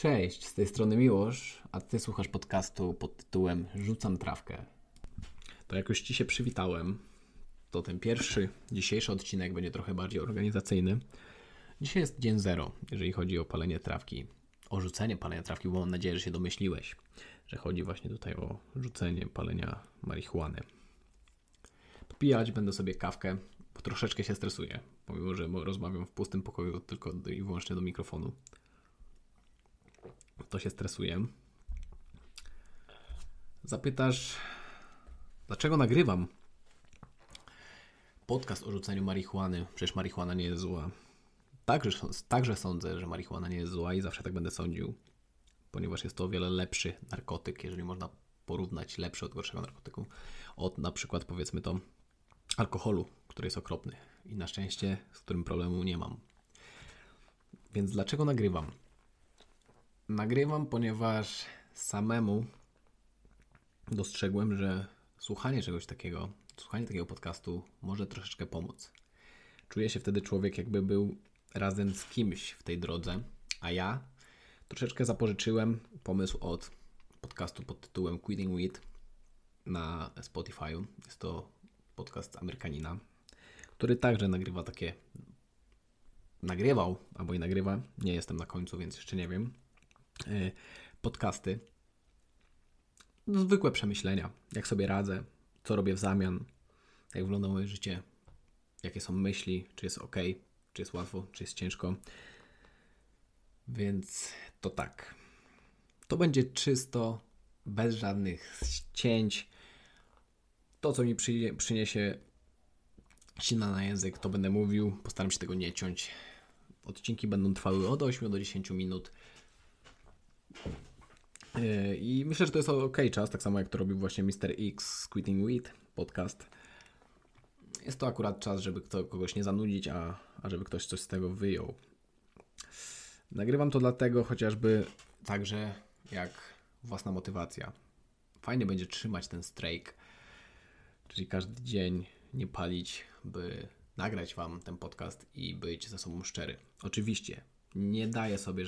Cześć, z tej strony Miłosz, a Ty słuchasz podcastu pod tytułem Rzucam trawkę. To jak już Ci się przywitałem, to ten dzisiejszy odcinek będzie trochę bardziej organizacyjny. Dzisiaj jest dzień zero, jeżeli chodzi o palenie trawki, o rzucenie palenia trawki, bo mam nadzieję, że się domyśliłeś, że chodzi właśnie tutaj o rzucenie palenia marihuany. Popijać będę sobie kawkę, bo troszeczkę się stresuję, pomimo że rozmawiam w pustym pokoju tylko i wyłącznie do mikrofonu. To się stresuję. Zapytasz, dlaczego nagrywam podcast o rzuceniu marihuany? Przecież marihuana nie jest zła. Także sądzę, że marihuana nie jest zła i zawsze tak będę sądził, ponieważ jest to o wiele lepszy narkotyk, jeżeli można porównać lepszy od gorszego narkotyku, od na przykład powiedzmy to alkoholu, który jest okropny i na szczęście z którym problemu nie mam. Więc dlaczego nagrywam? Nagrywam, ponieważ samemu dostrzegłem, że słuchanie takiego podcastu może troszeczkę pomóc. Czuję się wtedy człowiek, jakby był razem z kimś w tej drodze, a ja troszeczkę zapożyczyłem pomysł od podcastu pod tytułem Quitting Weed na Spotify'u. Jest to podcast Amerykanina, który także nagrywał, albo i nagrywa, nie jestem na końcu, więc jeszcze nie wiem, podcasty, zwykłe przemyślenia, jak sobie radzę, co robię w zamian, jak wygląda moje życie, jakie są myśli, czy jest ok, czy jest łatwo, czy jest ciężko. Więc to tak. To będzie czysto, bez żadnych cięć. To, co mi przyniesie sina na język, to będę mówił. Postaram się tego nie ciąć. Odcinki będą trwały od 8 do 10 minut. I myślę, że to jest ok czas, tak samo jak to robił właśnie Mr. X z Quitting Weed podcast. Jest to akurat czas, żeby kogoś nie zanudzić, a żeby ktoś coś z tego wyjął. Nagrywam to dlatego chociażby także jak własna motywacja. Fajnie będzie trzymać ten strajk, czyli każdy dzień nie palić, by nagrać Wam ten podcast i być ze sobą szczery. Oczywiście nie daję sobie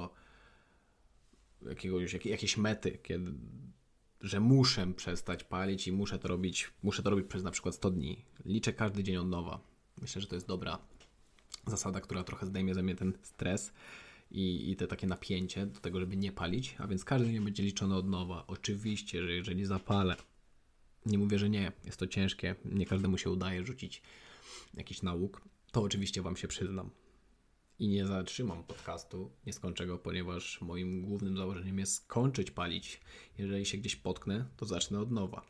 jakiejś mety, że muszę przestać palić i muszę to robić przez na przykład 100 dni. Liczę każdy dzień od nowa. Myślę, że to jest dobra zasada, która trochę zdejmie ze mnie ten stres i te takie napięcie do tego, żeby nie palić, a więc każdy dzień będzie liczony od nowa. Oczywiście, że jeżeli zapalę, nie mówię, że nie, jest to ciężkie, nie każdemu się udaje rzucić jakiś nauk, to oczywiście Wam się przyznam. I nie zatrzymam podcastu, nie skończę go, ponieważ moim głównym założeniem jest skończyć palić. Jeżeli się gdzieś potknę, to zacznę od nowa.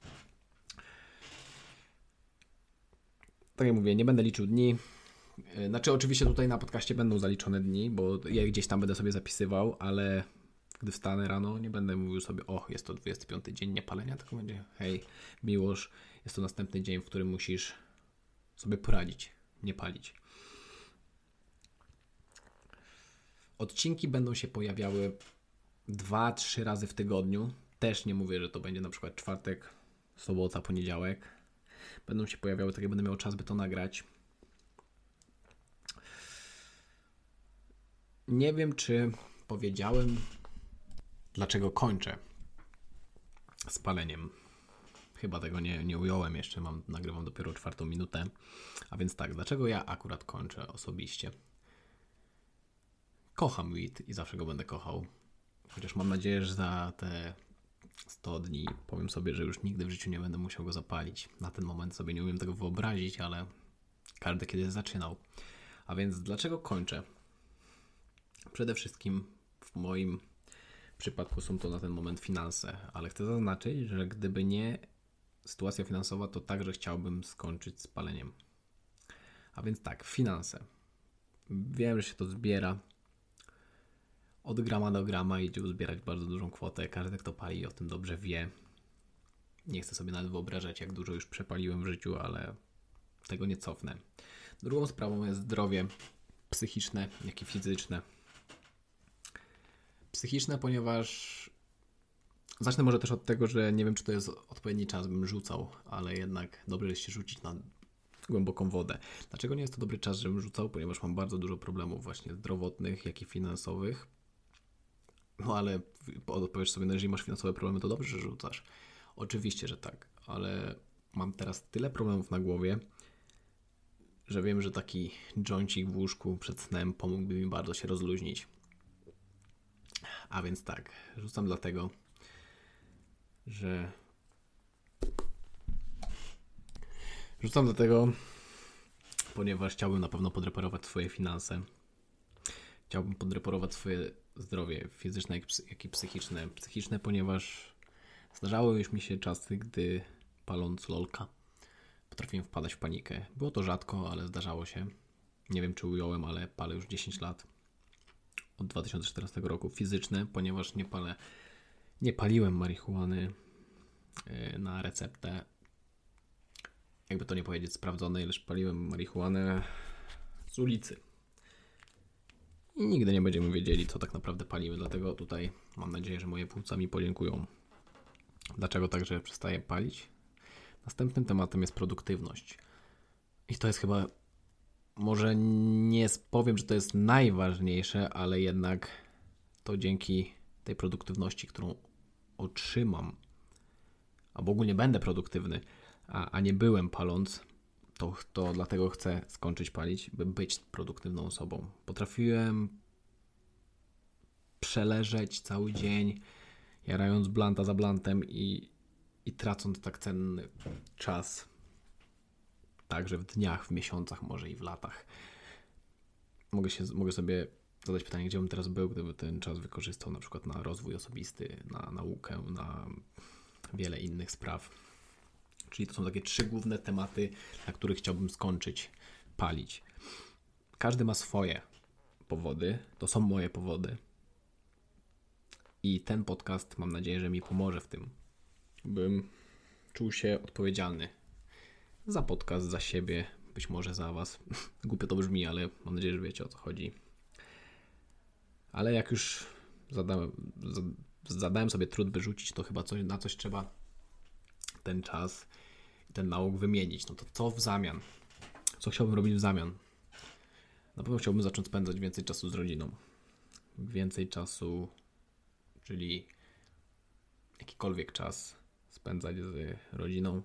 Tak jak mówię, nie będę liczył dni. Znaczy oczywiście tutaj na podcaście będą zaliczone dni, bo ja gdzieś tam będę sobie zapisywał, ale gdy wstanę rano, nie będę mówił sobie, jest to 25 dzień niepalenia, tylko będzie, hej, Miłosz, jest to następny dzień, w którym musisz sobie poradzić, nie palić. Odcinki będą się pojawiały 2-3 razy w tygodniu. Też nie mówię, że to będzie na przykład czwartek, sobota, poniedziałek. Będą się pojawiały, tak jak będę miał czas, by to nagrać. Nie wiem, czy powiedziałem, dlaczego kończę z paleniem. Chyba tego nie ująłem jeszcze, nagrywam dopiero 4 minutę. A więc tak, dlaczego ja akurat kończę osobiście? Kocham weed i zawsze go będę kochał. Chociaż mam nadzieję, że za te 100 dni powiem sobie, że już nigdy w życiu nie będę musiał go zapalić. Na ten moment sobie nie umiem tego wyobrazić, ale każdy kiedyś zaczynał. A więc dlaczego kończę? Przede wszystkim w moim przypadku są to na ten moment finanse, ale chcę zaznaczyć, że gdyby nie sytuacja finansowa, to także chciałbym skończyć z paleniem. A więc tak, finanse. Wiem, że się to zbiera. Od grama do grama idzie uzbierać bardzo dużą kwotę. Każdy, kto pali, o tym dobrze wie. Nie chcę sobie nawet wyobrażać, jak dużo już przepaliłem w życiu, ale tego nie cofnę. Drugą sprawą jest zdrowie psychiczne, jak i fizyczne. Psychiczne, ponieważ zacznę może też od tego, że nie wiem, czy to jest odpowiedni czas, bym rzucał, ale jednak dobrze jest się rzucić na głęboką wodę. Dlaczego nie jest to dobry czas, żebym rzucał? Ponieważ mam bardzo dużo problemów właśnie zdrowotnych, jak i finansowych. No ale odpowiesz sobie, no jeżeli masz finansowe problemy, to dobrze, że rzucasz. Oczywiście, że tak, ale mam teraz tyle problemów na głowie, że wiem, że taki jointik w łóżku przed snem pomógłby mi bardzo się rozluźnić. A więc tak, rzucam dlatego, że... ponieważ chciałbym na pewno podreperować swoje finanse. Chciałbym podreperować swoje zdrowie fizyczne, jak i psychiczne. Psychiczne, ponieważ zdarzały już mi się czasy, gdy paląc lolka potrafiłem wpadać w panikę. Było to rzadko, ale zdarzało się. Nie wiem, czy ująłem, ale palę już 10 lat. Od 2014 roku. Fizyczne, ponieważ nie paliłem marihuany na receptę. Jakby to nie powiedzieć sprawdzonej, lecz paliłem marihuanę z ulicy. I nigdy nie będziemy wiedzieli, co tak naprawdę palimy. Dlatego tutaj mam nadzieję, że moje płuca mi podziękują. Dlaczego także przestaję palić? Następnym tematem jest produktywność. I to jest chyba, może nie powiem, że to jest najważniejsze, ale jednak to dzięki tej produktywności, którą otrzymam, albo ogólnie będę produktywny, a nie byłem paląc, to dlatego chcę skończyć palić, by być produktywną osobą. Potrafiłem przeleżeć cały dzień, jarając blanta za blantem i tracąc tak cenny czas, także w dniach, w miesiącach, może i w latach. Mogę sobie zadać pytanie, gdzie bym teraz był, gdyby ten czas wykorzystał na przykład na rozwój osobisty, na naukę, na wiele innych spraw. Czyli to są takie 3 główne tematy, na których chciałbym skończyć palić. Każdy ma swoje powody, to są moje powody. I ten podcast, mam nadzieję, że mi pomoże w tym, bym czuł się odpowiedzialny za podcast, za siebie, być może za was. Głupio to brzmi, ale mam nadzieję, że wiecie, o co chodzi. Ale jak już zadałem sobie trud, by rzucić, to chyba na coś trzeba ten czas, ten nauk wymienić. No to co w zamian? Co chciałbym robić w zamian? Na pewno chciałbym zacząć spędzać więcej czasu z rodziną. Więcej czasu, czyli jakikolwiek czas spędzać z rodziną.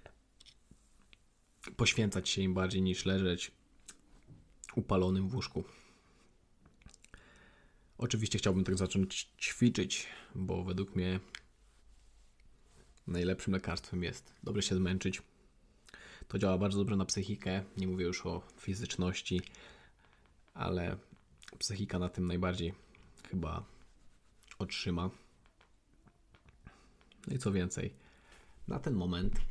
Poświęcać się im bardziej niż leżeć upalonym w łóżku. Oczywiście chciałbym tak zacząć ćwiczyć, bo według mnie najlepszym lekarstwem jest dobrze się zmęczyć. To działa bardzo dobrze na psychikę, nie mówię już o fizyczności, ale psychika na tym najbardziej chyba otrzyma. No i co więcej, na ten moment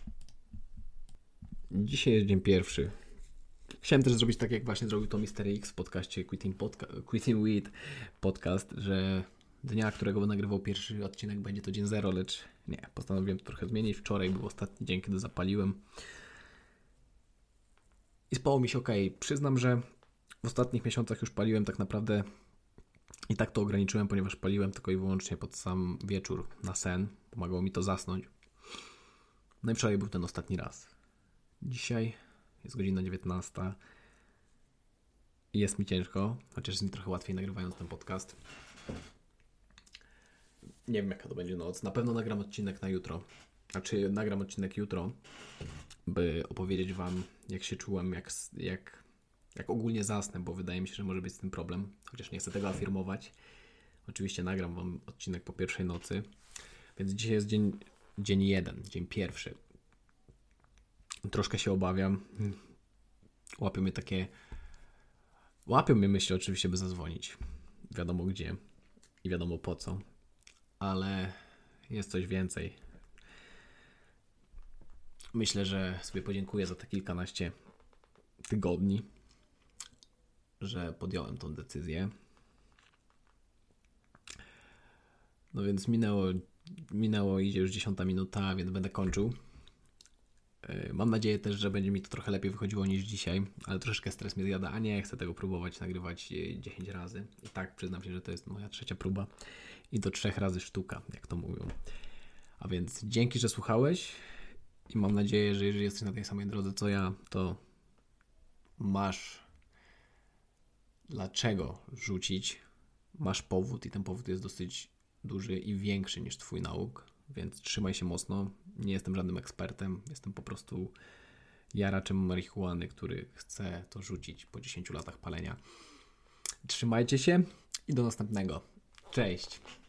dzisiaj jest dzień pierwszy. Chciałem też zrobić tak, jak właśnie zrobił to Mr. X w podcaście Quitting Weed podcast, że dnia, którego nagrywał pierwszy odcinek, będzie to dzień 0, lecz nie, postanowiłem to trochę zmienić. Wczoraj był ostatni dzień, kiedy zapaliłem i spało mi się ok. Przyznam, że w ostatnich miesiącach już paliłem tak naprawdę i tak to ograniczyłem, ponieważ paliłem tylko i wyłącznie pod sam wieczór na sen. Pomagało mi to zasnąć. No i wczoraj był ten ostatni raz. Dzisiaj jest godzina 19 i jest mi ciężko, chociaż jest mi trochę łatwiej nagrywając ten podcast. Nie wiem, jaka to będzie noc. Na pewno nagram odcinek na jutro. Nagram odcinek jutro, by opowiedzieć wam, jak się czułem, jak ogólnie zasnę, bo wydaje mi się, że może być z tym problem, chociaż nie chcę tego afirmować. Oczywiście nagram wam odcinek po pierwszej nocy, więc dzisiaj jest dzień 1, dzień pierwszy. Troszkę się obawiam. Łapią mnie myśli oczywiście, by zadzwonić. Wiadomo gdzie i wiadomo po co. Ale jest coś więcej. Myślę, że sobie podziękuję za te kilkanaście tygodni, że podjąłem tą decyzję. No więc minęło, idzie już 10 minuta, więc będę kończył. Mam nadzieję też, że będzie mi to trochę lepiej wychodziło niż dzisiaj, ale troszeczkę stres mnie zjada, a nie chcę tego próbować nagrywać 10 razy. I tak przyznam się, że to jest moja 3. próba i do 3 razy sztuka, jak to mówią. A więc dzięki, że słuchałeś i mam nadzieję, że jeżeli jesteś na tej samej drodze co ja, to masz dlaczego rzucić masz powód i ten powód jest dosyć duży i większy niż twój nauk, więc trzymaj się mocno. Nie jestem żadnym ekspertem, jestem po prostu jaraczem marihuany, który chce to rzucić po 10 latach palenia. Trzymajcie się i do następnego. Cześć!